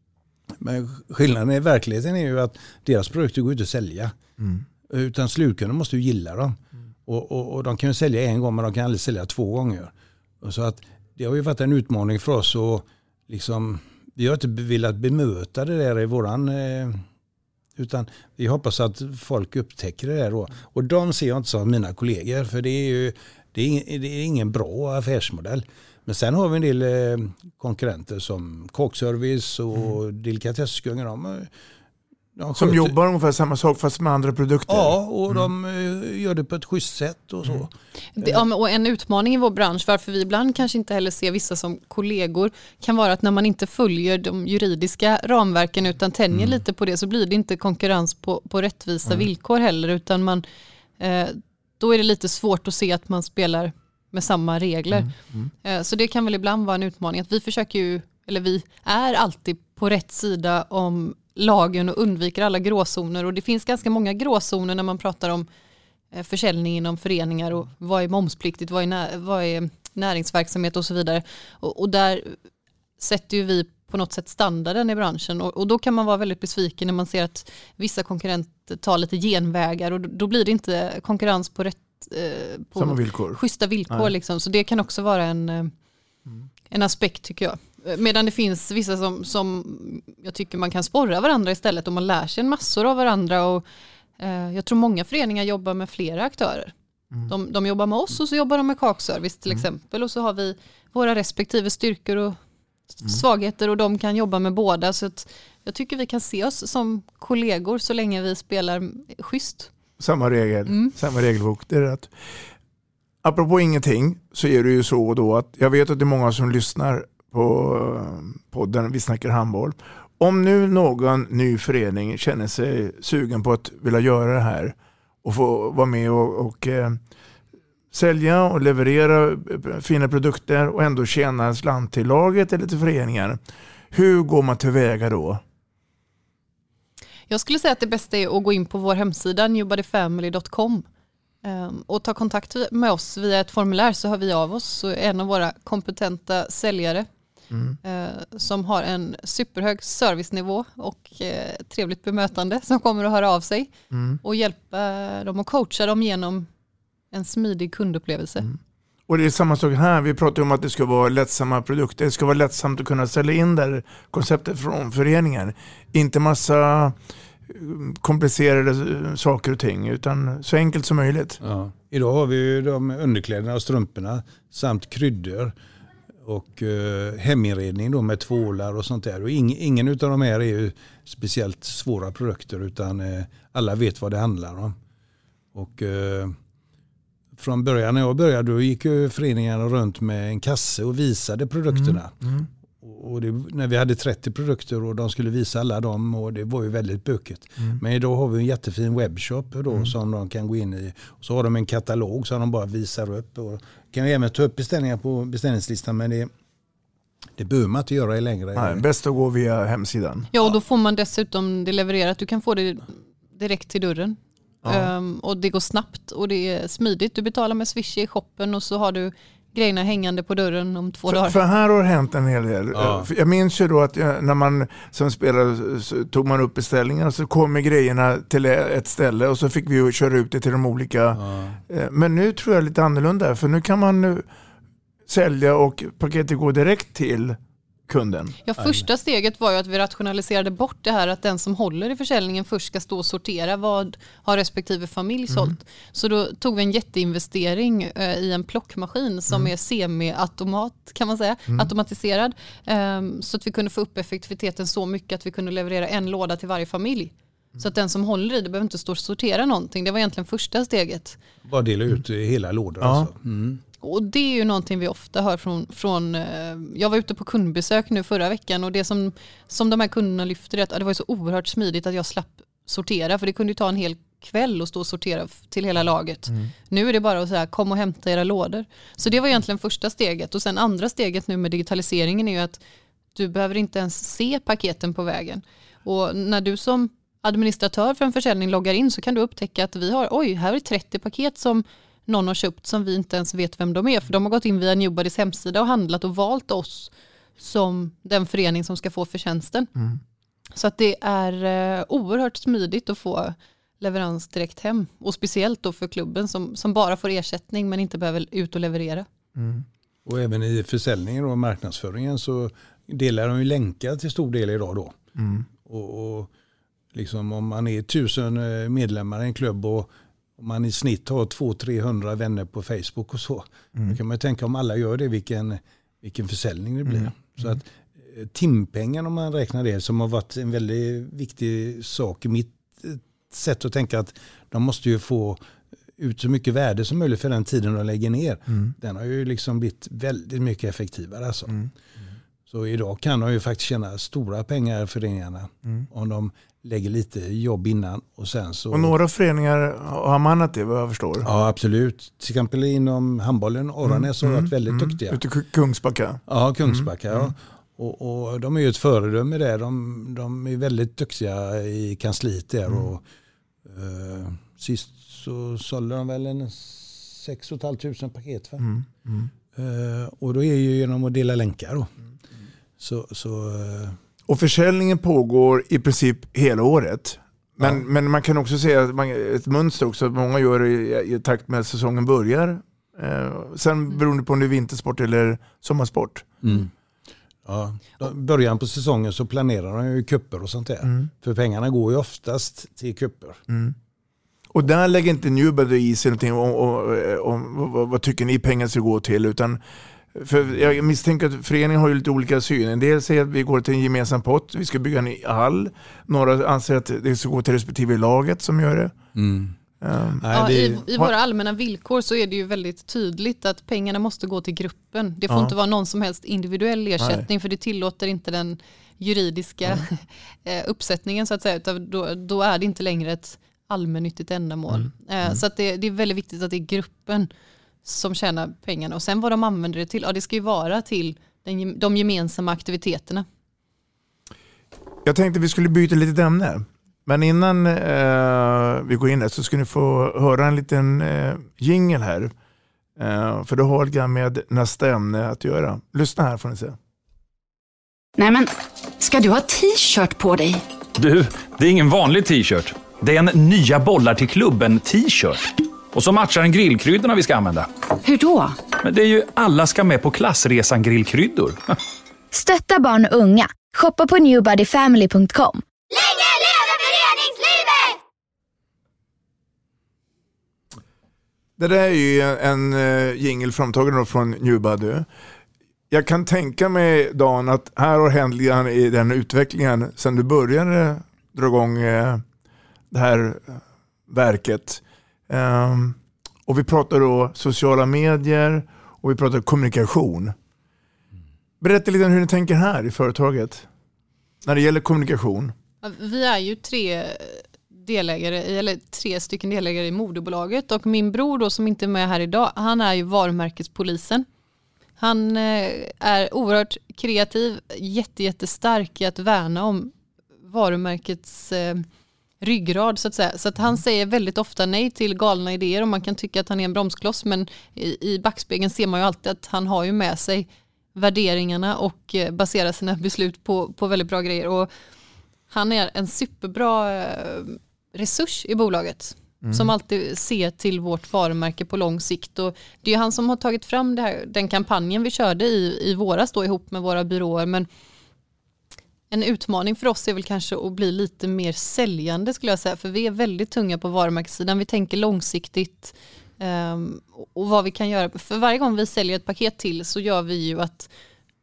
Men skillnaden i verkligheten är ju att deras produkter går inte att sälja. Mm. Utan slutkunden måste ju gilla dem. Mm. Och, och, och de kan ju sälja en gång men de kan aldrig sälja två gånger. Och så att det har ju varit en utmaning för oss och liksom, vi har inte velat bemöta det där i våran eh, utan vi hoppas att folk upptäcker det där då. Och de ser jag inte som mina kollegor för det är ju det är ingen, det är ingen bra affärsmodell. Men sen har vi en del eh, konkurrenter som Kåkservice och mm. Delikatesskungar. De, de
som jobbar ungefär samma sak fast med andra produkter.
Ja, och mm. de eh, gör det på ett schysst sätt och så. Mm.
Det, ja, och en utmaning i vår bransch, varför vi ibland kanske inte heller ser vissa som kollegor, kan vara att när man inte följer de juridiska ramverken utan tänjer mm. lite på det så blir det inte konkurrens på, på rättvisa mm. villkor heller utan man, eh, då är det lite svårt att se att man spelar med samma regler. Mm, mm. Så det kan väl ibland vara en utmaning. Att vi försöker ju, eller vi är alltid på rätt sida om lagen och undviker alla gråzoner. Och det finns ganska många gråzoner när man pratar om försäljning inom föreningar och vad är momspliktigt, vad är, när, vad är näringsverksamhet och så vidare. Och, och där sätter ju vi på något sätt standarden i branschen. Och, och då kan man vara väldigt besviken när man ser att vissa konkurrenter tar lite genvägar och då, då blir det inte konkurrens på rätt på
samma villkor.
Schyssta villkor liksom. Så det kan också vara en, mm. en aspekt tycker jag. Medan det finns vissa som, som jag tycker man kan sporra varandra istället och man lär sig en massor av varandra och eh, jag tror många föreningar jobbar med flera aktörer. Mm. De, de jobbar med oss och så jobbar de med Kåkservice till mm. exempel och så har vi våra respektive styrkor och mm. svagheter och de kan jobba med båda så att jag tycker vi kan se oss som kollegor så länge vi spelar schysst.
Samma regel, mm. samma regelbok. Det är rätt. Apropå ingenting så är det ju så då att jag vet att det är många som lyssnar på podden Vi snackar handboll. Om nu någon ny förening känner sig sugen på att vilja göra det här och få vara med och, och eh, sälja och leverera fina produkter och ändå tjäna en slant till laget eller till föreningen. Hur går man tillväga då?
Jag skulle säga att det bästa är att gå in på vår hemsida newbody family dot com och ta kontakt med oss via ett formulär så hör vi av oss. En av våra kompetenta säljare mm. som har en superhög servicenivå och trevligt bemötande som kommer att höra av sig mm. och hjälpa dem och coacha dem genom en smidig kundupplevelse. Mm.
Och det är samma sak här. Vi pratar om att det ska vara lättsamma produkter. Det ska vara lättsamt att kunna sälja in där konceptet från föreningen. Inte massa komplicerade saker och ting utan så enkelt som möjligt.
Ja. Idag har vi ju de underkläderna och strumporna samt kryddor och eh, heminredning då med tvålar och sånt där. Och ing, ingen av de här är ju speciellt svåra produkter utan eh, alla vet vad det handlar om. Och eh, från början när jag började då gick ju föreningarna runt med en kasse och visade produkterna. Mm. Mm. Och det, när vi hade trettio produkter och de skulle visa alla dem och det var ju väldigt bökigt. Mm. Men idag har vi en jättefin webbshop då mm. som de kan gå in i. Och så har de en katalog som de bara visar upp. Och kan vi även ta upp beställningar på beställningslistan men det, det behöver man inte göra i längre.
Nej, bäst att gå via hemsidan.
Ja och då får man dessutom det levererat. Du kan få det direkt till dörren. Ja. Um, och det går snabbt och det är smidigt. Du betalar med Swish i shoppen och så har du grejerna hängande på dörren om två
för,
dagar.
För här har hänt en hel del. Ja. Jag minns ju då att jag, när man som spelare så tog man upp beställningar och så kom grejerna till ett ställe och så fick vi ju köra ut det till de olika. Ja. Men nu tror jag lite annorlunda för nu kan man nu sälja och paketet går direkt till kunden.
Ja, första steget var ju att vi rationaliserade bort det här att den som håller i försäljningen först ska stå och sortera vad har respektive familj sålt. Mm. Så då tog vi en jätteinvestering eh, i en plockmaskin som mm. är semi-automat kan man säga, mm. automatiserad. Eh, så att vi kunde få upp effektiviteten så mycket att vi kunde leverera en låda till varje familj. Så att den som håller i det behöver inte stå och sortera någonting. Det var egentligen första steget.
Bara dela ut hela lådor.
Ja.
Alltså. Mm.
Och det är ju någonting vi ofta hör från, från jag var ute på kundbesök nu förra veckan och det som, som de här kunderna lyfter är att det var så oerhört smidigt att jag slapp sortera, för det kunde ju ta en hel kväll och stå och sortera till hela laget. Mm. Nu är det bara att säga kom och hämta era lådor. Så det var egentligen första steget, och sen andra steget nu med digitaliseringen är ju att du behöver inte ens se paketen på vägen. Och när du som administratör för en försäljning loggar in så kan du upptäcka att vi har, oj, här är trettio paket som någon har köpt som vi inte ens vet vem de är, för de har gått in via Newbodys hemsida och handlat och valt oss som den förening som ska få förtjänsten. Mm. Så att det är eh, oerhört smidigt att få leverans direkt hem, och speciellt då för klubben som, som bara får ersättning men inte behöver ut och leverera.
Mm. Och även i försäljningen och marknadsföringen så delar de ju länkar till stor del idag då. Mm. Och, och liksom om man är tusen medlemmar i en klubb och om man i snitt har två till trehundra vänner på Facebook och så. Mm. Då kan man ju tänka om alla gör det, vilken, vilken försäljning det blir. Mm. Så att timpengen, om man räknar det, som har varit en väldigt viktig sak i mitt sätt att tänka, att de måste ju få ut så mycket värde som möjligt för den tiden de lägger ner. Mm. Den har ju liksom blivit väldigt mycket effektivare alltså. Mm. Mm. Så idag kan de ju faktiskt tjäna stora pengar, föreningarna, mm. om de lägger lite jobb innan och sen så...
Och några föreningar har mannat det, vad jag förstår.
Ja, absolut. Till exempel inom handbollen, Oranäs mm. har varit väldigt mm. duktiga.
Ute i Kungsbacka.
Ja, Kungsbacka,
mm.
ja. Och, och de är ju ett föredöme där. De, de är väldigt duktiga i kansliet där. Mm. Och, eh, sist så sålde de väl en sex och ett halvt tusen paket. Va? Mm. Mm. Eh, och då är ju genom att dela länkar då. Mm. Så, så, eh.
Och försäljningen pågår i princip hela året. Men, ja. men man kan också säga att man, ett mönster också, att många gör det i, i takt med att säsongen börjar. Eh, sen beroende på om det är vintersport eller sommarsport.
Mm. Ja, början på säsongen så planerar de ju kupper och sånt där. Mm. För pengarna går ju oftast till kupper.
Mm. Och där lägger inte Newbody i sig någonting om, om, om vad, vad tycker ni pengar ska gå till, utan för jag misstänker att föreningen har ju lite olika syn. En del säger att vi går till en gemensam pott, vi ska bygga en hall. Några anser att det ska gå till respektive laget som gör det. Mm.
Um, ja, det... i, I våra allmänna villkor så är det ju väldigt tydligt att pengarna måste gå till gruppen. Det får ja. inte vara någon som helst individuell ersättning. Nej. För det tillåter inte den juridiska ja. uppsättningen så att säga. Utan då, då är det inte längre ett allmännyttigt ändamål. Mm. Mm. Så att det, det är väldigt viktigt att det är gruppen som tjänar pengarna. Och sen vad de använder det till, ja, det ska ju vara till den, de gemensamma aktiviteterna.
Jag tänkte vi skulle byta lite ämne. Men innan eh, vi går in där så ska ni få höra en liten eh, jingle här. Eh, för det har lite med nästa ämne att göra. Lyssna här får ni se.
Nej men, ska du ha t-shirt på dig?
Du, det är ingen vanlig t-shirt. Det är en nya bollar till klubben t-shirt. Och så matchar den grillkryddorna vi ska använda.
Hur då?
Men det är ju alla ska med på klassresan grillkryddor.
Stötta barn och unga. Shoppa på newbody family punkt com.
Länge leve föreningslivet!
Det där är ju en, en jingle framtagen från Newbody. Jag kan tänka mig, Dan, att här har hänt i den utvecklingen sedan du började dra igång det här verket. Um, och vi pratar då sociala medier och vi pratar kommunikation. Berätta lite om hur ni tänker här i företaget när det gäller kommunikation.
Vi är ju tre delägare, eller tre stycken delägare i moderbolaget, och min bror då som inte är med här idag, han är ju varumärkespolisen. Han är oerhört kreativ, jätte, jättestark i att värna om varumärkets eh, ryggrad så att säga. Så att han säger väldigt ofta nej till galna idéer, och man kan tycka att han är en bromskloss, men i, i backspegeln ser man ju alltid att han har ju med sig värderingarna och eh, baserar sina beslut på, på väldigt bra grejer. Och han är en superbra eh, resurs i bolaget. Mm. Som alltid ser till vårt varumärke på lång sikt. Och det är han som har tagit fram det här, den kampanjen vi körde i, i våras då, ihop med våra byråer. Men en utmaning för oss är väl kanske att bli lite mer säljande, skulle jag säga. För vi är väldigt tunga på varumärkessidan. Vi tänker långsiktigt um, och vad vi kan göra. För varje gång vi säljer ett paket till så gör vi ju att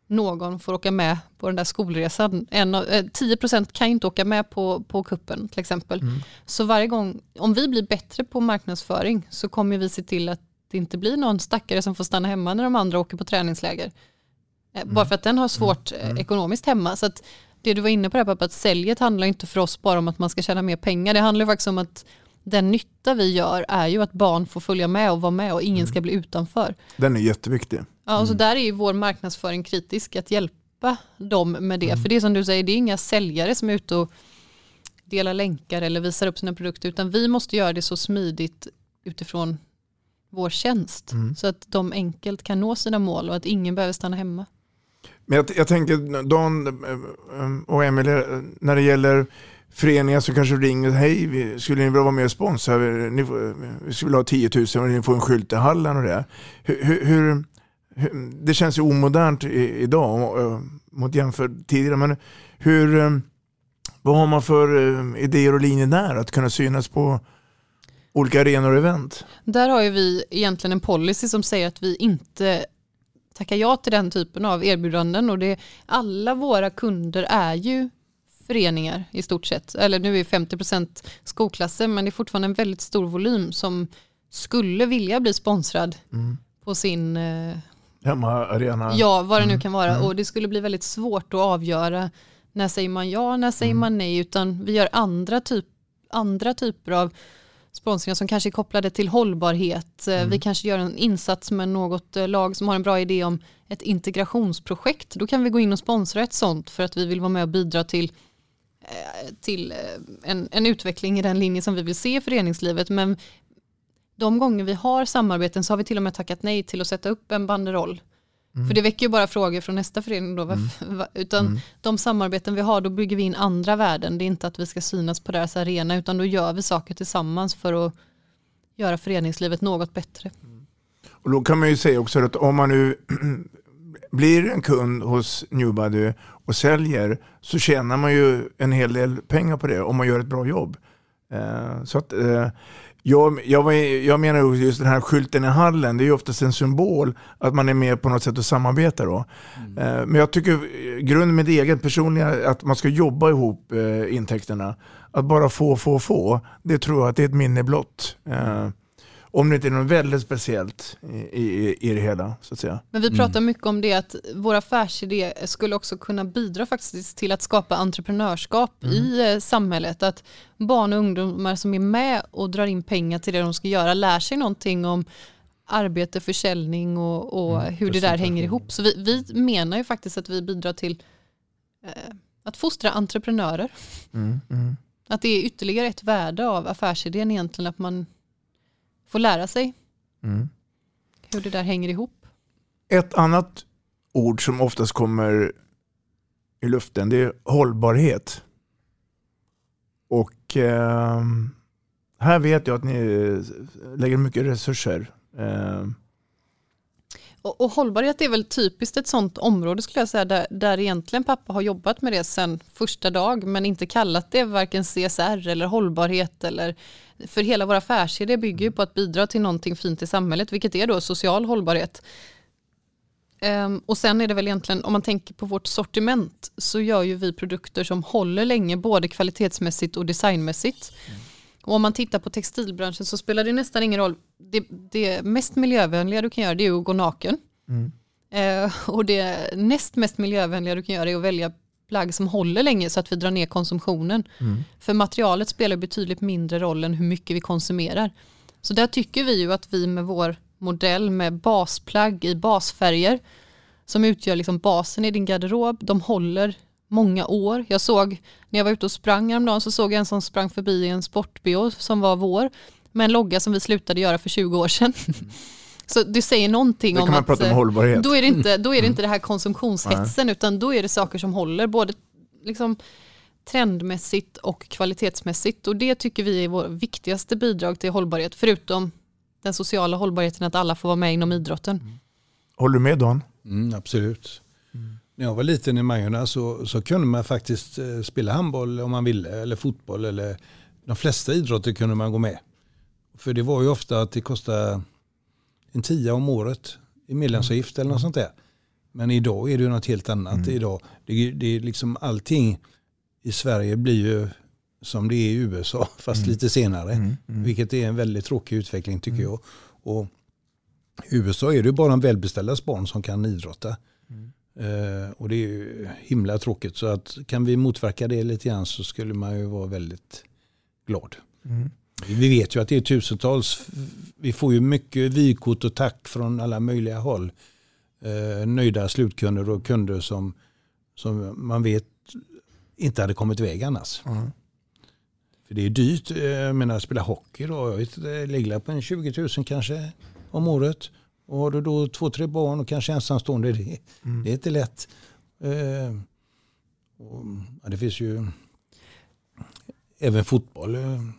någon får åka med på den där skolresan. En, eh, tio procent kan ju inte åka med på, på kuppen till exempel. Mm. Så varje gång, om vi blir bättre på marknadsföring så kommer vi se till att det inte blir någon stackare som får stanna hemma när de andra åker på träningsläger. Eh, mm. Bara för att den har svårt mm. eh, ekonomiskt hemma. Så att det du var inne på det här, pappa, att säljet handlar inte för oss bara om att man ska tjäna mer pengar. Det handlar faktiskt om att den nytta vi gör är ju att barn får följa med och vara med och ingen ska bli utanför.
Den är jätteviktig.
Ja, och så där är ju vår marknadsföring kritisk, att hjälpa dem med det. Mm. För det som du säger, det är inga säljare som är ute och delar länkar eller visar upp sina produkter, utan vi måste göra det så smidigt utifrån vår tjänst. Mm. Så att de enkelt kan nå sina mål och att ingen behöver stanna hemma.
Men jag, jag tänker, Don och Emelie, när det gäller föreningar så kanske ringer, hej, vi skulle ni vilja vara med och sponsra? Ni, vi skulle ha tio tusen och ni får en skylt i hallen och det. Hur, hur, hur, det känns ju omodernt i, idag mot jämfört tidigare, men hur, vad har man för idéer och linjer där att kunna synas på olika arenor och event?
Där har ju vi egentligen en policy som säger att vi inte tackar ja till den typen av erbjudanden, och det, alla våra kunder är ju föreningar i stort sett. Eller nu är femtio procent skolklasser, men det är fortfarande en väldigt stor volym som skulle vilja bli sponsrad mm. på sin eh,
hemmaarena.
Ja, vad det nu kan vara. Mm. Och det skulle bli väldigt svårt att avgöra när säger man ja, när säger mm. man nej, utan vi gör andra, typ, andra typer av sponsringar som kanske är kopplade till hållbarhet. Mm. Vi kanske gör en insats med något lag som har en bra idé om ett integrationsprojekt. Då kan vi gå in och sponsra ett sånt för att vi vill vara med och bidra till till en, en utveckling i den linje som vi vill se i föreningslivet. Men de gånger vi har samarbeten så har vi till och med tackat nej till att sätta upp en banderoll. Mm. För det väcker ju bara frågor från nästa förening då. Mm. Utan mm. de samarbeten vi har, då bygger vi in andra värden. Det är inte att vi ska synas på deras arena, utan då gör vi saker tillsammans för att göra föreningslivet något bättre.
Mm. Och då kan man ju säga också att om man nu blir en kund hos Newbody och säljer, så tjänar man ju en hel del pengar på det om man gör ett bra jobb. Eh, så att eh, jag, jag, var, jag menar just den här skylten i hallen, det är ju oftast en symbol att man är med på något sätt och samarbetar då. Mm. Eh, men jag tycker grunden med det eget personliga, att man ska jobba ihop eh, intäkterna. Att bara få, få, få, det tror jag att det är ett minne blott. Eh, Om det inte är något väldigt speciellt i, i, i det hela, så att säga.
Men vi pratar mm. mycket om det, att vår affärsidé skulle också kunna bidra faktiskt till att skapa entreprenörskap mm. i eh, samhället. Att barn och ungdomar som är med och drar in pengar till det de ska göra lär sig någonting om arbete, försäljning och, och mm, hur det där hänger ihop. Så vi, vi menar ju faktiskt att vi bidrar till eh, att fostra entreprenörer.
Mm, mm.
Att det är ytterligare ett värde av affärsidén egentligen, att man får lära sig mm. hur det där hänger ihop.
Ett annat ord som oftast kommer i luften, det är hållbarhet. Och eh, här vet jag att ni lägger mycket resurser. Eh.
Och, och hållbarhet är väl typiskt ett sånt område, skulle jag säga, där, där egentligen pappa har jobbat med det sedan första dag, men inte kallat det varken C S R eller hållbarhet, eller för hela vår affärsidé bygger ju på att bidra till någonting fint i samhället, vilket är då social hållbarhet. Um, och sen är det väl egentligen, om man tänker på vårt sortiment, så gör ju vi produkter som håller länge, både kvalitetsmässigt och designmässigt. Mm. Och om man tittar på textilbranschen så spelar det nästan ingen roll. Det, det mest miljövänliga du kan göra, det är att gå naken. Mm. Uh, och det näst mest miljövänliga du kan göra är att välja plagg som håller länge, så att vi drar ner konsumtionen. Mm. För materialet spelar betydligt mindre roll än hur mycket vi konsumerar. Så där tycker vi ju att vi med vår modell med basplagg i basfärger, som utgör liksom basen i din garderob, de håller många år. Jag såg, när jag var ute och sprang häromdagen, så såg jag en som sprang förbi i en sportbio som var vår, med en logga som vi slutade göra för tjugo år sedan. Mm. Så det säger någonting
det
om
kan man
att
prata om hållbarhet.
Då är det inte, då är det inte det här konsumtionshetsen, mm. utan då är det saker som håller både liksom trendmässigt och kvalitetsmässigt. Och det tycker vi är vår viktigaste bidrag till hållbarhet, förutom den sociala hållbarheten, att alla får vara med inom idrotten. Mm.
Håller du med, Dan?
Mm, absolut. Mm. När jag var liten i Majorna så, så kunde man faktiskt eh, spela handboll om man ville, eller fotboll, eller de flesta idrotter kunde man gå med. För det var ju ofta att det kostade en tia om året i medlemsavgift eller något sånt där. Men idag är det ju något helt annat. Mm. Idag, det, det är liksom allting i Sverige blir ju som det är i U S A, fast mm. lite senare. Mm. Mm. Vilket är en väldigt tråkig utveckling tycker mm. jag. Och i U S A är det ju bara en välbeställdas barn som kan idrotta. Mm. Uh, och det är ju himla tråkigt. Så att kan vi motverka det lite grann så skulle man ju vara väldigt glad. Mm. Vi vet ju att det är tusentals, vi får ju mycket vykort och tack från alla möjliga håll. Uh, nöjda slutkunder och kunder som, som man vet inte hade kommit iväg annars. Mm. För det är dyrt, jag menar att spela hockey då, jag vet inte, lägga på en tjugo tusen kanske om året. Och har du då två, tre barn och kanske ensamstående, det, mm. det är inte lätt. Uh, och, ja, det finns ju även fotboll,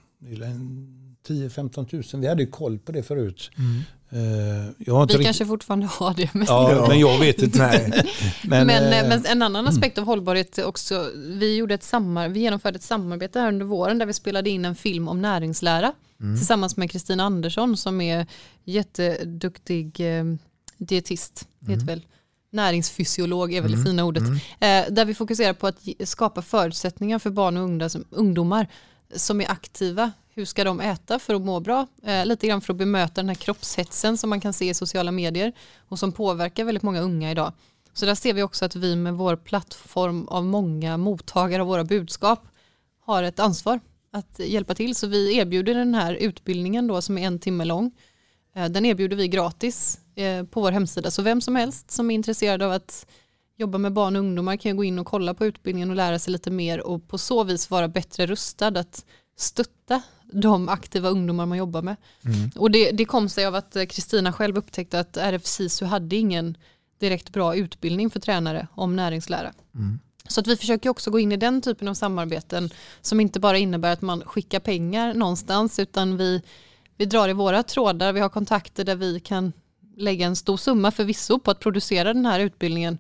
tio femton tusen. Vi hade ju koll på det förut. Mm. Uh, jag har inte
Vi
rikt...
kanske fortfarande har det. Men,
ja, men jag vet inte. Nej.
Men, men, uh, men en annan aspekt av hållbarhet också. Vi, gjorde ett sammar- vi genomförde ett samarbete här under våren där vi spelade in en film om näringslära. Mm. Tillsammans med Kristina Andersson som är jätteduktig eh, dietist. Det heter väl näringsfysiolog är väl mm. det fina ordet. Mm. Eh, där vi fokuserar på att skapa förutsättningar för barn och ungdomar som, ungdomar som är aktiva. Hur ska de äta för att må bra? Eh, lite grann för att bemöta den här kroppshetsen som man kan se i sociala medier och som påverkar väldigt många unga idag. Så där ser vi också att vi med vår plattform av många mottagare av våra budskap har ett ansvar att hjälpa till. Så vi erbjuder den här utbildningen då som är en timme lång. Den erbjuder vi gratis på vår hemsida. Så vem som helst som är intresserad av att jobba med barn och ungdomar kan gå in och kolla på utbildningen och lära sig lite mer och på så vis vara bättre rustad att stötta de aktiva ungdomar man jobbar med. Mm. Och det, det kom sig av att Kristina själv upptäckte att R F SISU hade ingen direkt bra utbildning för tränare om näringslära. Mm. Så att vi försöker också gå in i den typen av samarbeten som inte bara innebär att man skickar pengar någonstans utan vi, vi drar i våra trådar. Vi har kontakter där vi kan lägga en stor summa förvisso på att producera den här utbildningen.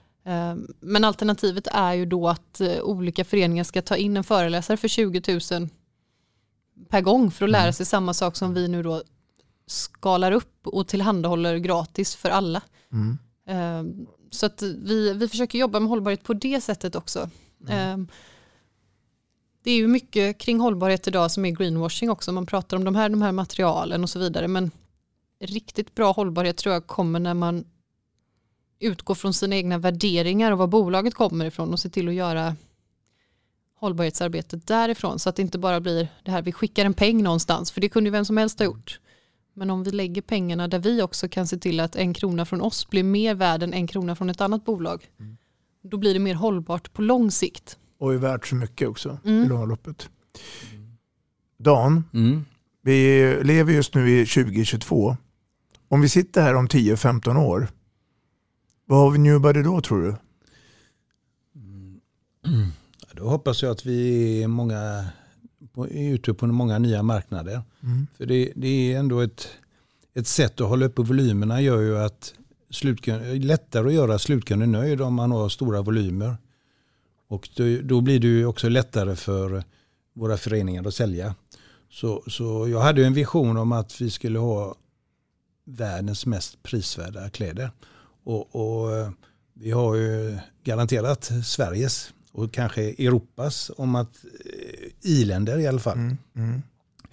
Men alternativet är ju då att olika föreningar ska ta in en föreläsare för tjugo tusen per gång för att lära sig samma sak som vi nu då skalar upp och tillhandahåller gratis för alla. Mm. Så att vi, vi försöker jobba med hållbarhet på det sättet också. Mm. Det är ju mycket kring hållbarhet idag som är greenwashing också. Man pratar om de här, de här materialen och så vidare. Men riktigt bra hållbarhet tror jag kommer när man utgår från sina egna värderingar och var bolaget kommer ifrån och ser till att göra hållbarhetsarbetet därifrån. Så att det inte bara blir det här vi skickar en peng någonstans. För det kunde ju vem som helst ha gjort. Men om vi lägger pengarna där vi också kan se till att en krona från oss blir mer värd än en krona från ett annat bolag. Mm. Då blir det mer hållbart på lång sikt.
Och är värt så mycket också mm. i långa loppet. Dan, mm. vi lever just nu i tjugo tjugotvå. Om vi sitter här om tio femton år, vad har vi Newbody då tror du?
Mm. Då hoppas jag att vi är många... På, ute på många nya marknader. Mm. För det, det är ändå ett, ett sätt att hålla uppe volymerna gör ju att slutkund, lättare att göra slutkunden nöjd om man har stora volymer. Och då, då blir det ju också lättare för våra föreningar att sälja. Så, så jag hade en vision om att vi skulle ha världens mest prisvärda kläder. Och, och vi har ju garanterat Sveriges och kanske Europas om att i-länder i alla fall. Mm, mm.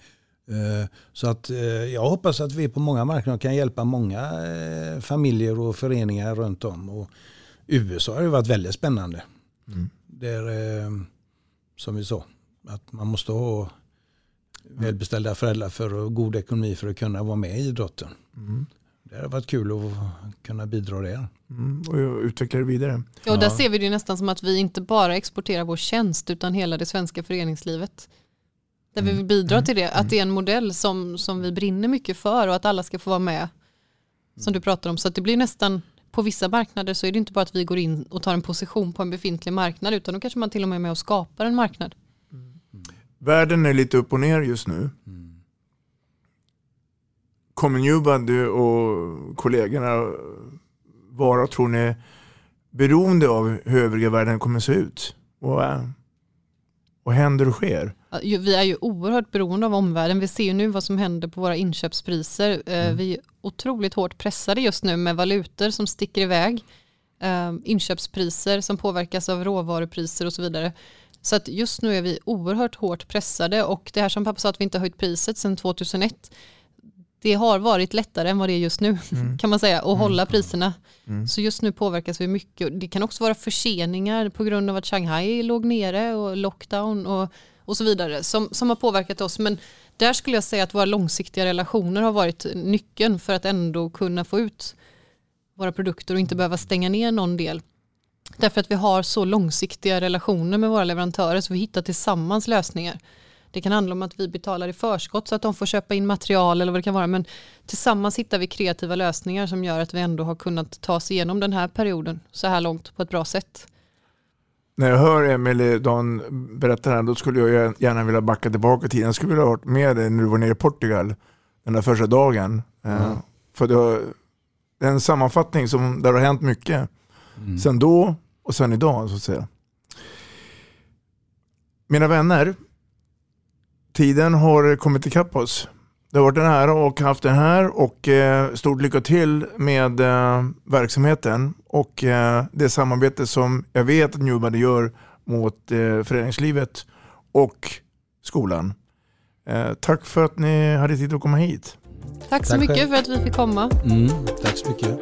Så att jag hoppas att vi på många marknader kan hjälpa många familjer och föreningar runt om. Och U S A har ju varit väldigt spännande. Mm. Där, som vi sa, att man måste ha välbeställda föräldrar för och god ekonomi för att kunna vara med i idrotten. Mm. Det har varit kul att kunna bidra där.
Mm, och utveckla det vidare.
Ja, och där ja. ser vi det nästan som att vi inte bara exporterar vår tjänst utan hela det svenska föreningslivet. Där mm. vi vill bidra mm. till det. Att det är en modell som, som vi brinner mycket för och att alla ska få vara med. Som du pratar om. Så att det blir nästan, på vissa marknader så är det inte bara att vi går in och tar en position på en befintlig marknad utan då kanske man till och med är med och skapar en marknad.
Mm. Världen är lite upp och ner just nu. Mm. Kommer Newbody och kollegorna vara, tror ni, beroende av hur övriga världen kommer se ut? Och, och händer och sker?
Vi är ju oerhört beroende av omvärlden. Vi ser ju nu vad som händer på våra inköpspriser. Mm. Vi är otroligt hårt pressade just nu med valutor som sticker iväg. eh, inköpspriser som påverkas av råvarupriser och så vidare. Så att just nu är vi oerhört hårt pressade och det här som pappa sa att vi inte har höjt priset sedan tjugohundraett, det har varit lättare än vad det är just nu mm. kan man säga, att mm. hålla priserna. Mm. Så just nu påverkas vi mycket. Det kan också vara förseningar på grund av att Shanghai låg nere och lockdown och, och så vidare som, som har påverkat oss. Men där skulle jag säga att våra långsiktiga relationer har varit nyckeln för att ändå kunna få ut våra produkter och inte behöva stänga ner någon del. Därför att vi har så långsiktiga relationer med våra leverantörer så vi hittar tillsammans lösningar. Det kan handla om att vi betalar i förskott så att de får köpa in material eller vad det kan vara. Men tillsammans hittar vi kreativa lösningar som gör att vi ändå har kunnat ta oss igenom den här perioden så här långt på ett bra sätt.
När jag hör Emelie Dan berätta här, då skulle jag gärna vilja backa tillbaka i tiden. Jag skulle vilja ha varit med dig när du var nere i Portugal den där första dagen. Mm. För det, var, det är en sammanfattning som där har hänt mycket. Mm. Sen då och sen idag så att säga. Mina vänner, tiden har kommit ikapp oss. Det har varit en ära och haft den här och eh, stort lycka till med eh, verksamheten och eh, det samarbete som jag vet att Newbody gör mot eh, föreningslivet och skolan. Eh, tack för att ni hade tid att komma hit.
Tack så tack mycket själv. För att vi fick komma.
Mm, tack så mycket.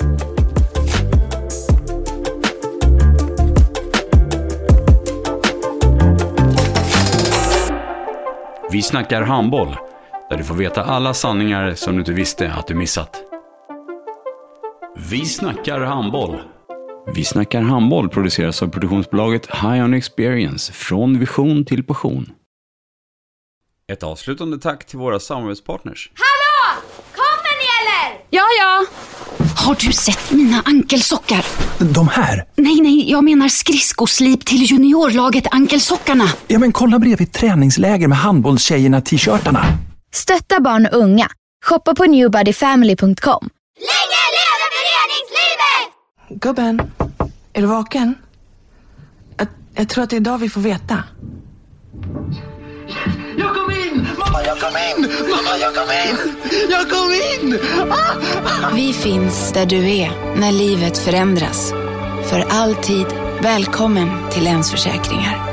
Vi snackar handboll, där du får veta alla sanningar som du inte visste att du missat. Vi snackar handboll. Vi snackar handboll produceras av produktionsbolaget High On Experience, från vision till passion. Ett avslutande tack till våra samarbetspartners.
Hallå! Kommer ni eller?
Ja, ja. Har du sett mina ankelsockar?
De här?
Nej, nej, jag menar skridskoslip till juniorlaget Ankelsockarna.
Ja, men kolla bredvid träningsläger med handbollstjejerna t-shirtarna.
Stötta barn och unga. Shoppa på newbody family punkt com.
Länge leve föreningslivet!
Gubben, är du vaken? Jag, jag tror att det är idag vi får veta.
Jag kom in! Mamma, jag kom in! Mamma, jag kom in! Jag kom in! Ah!
Vi finns där du är när livet förändras. För alltid välkommen till Länsförsäkringar.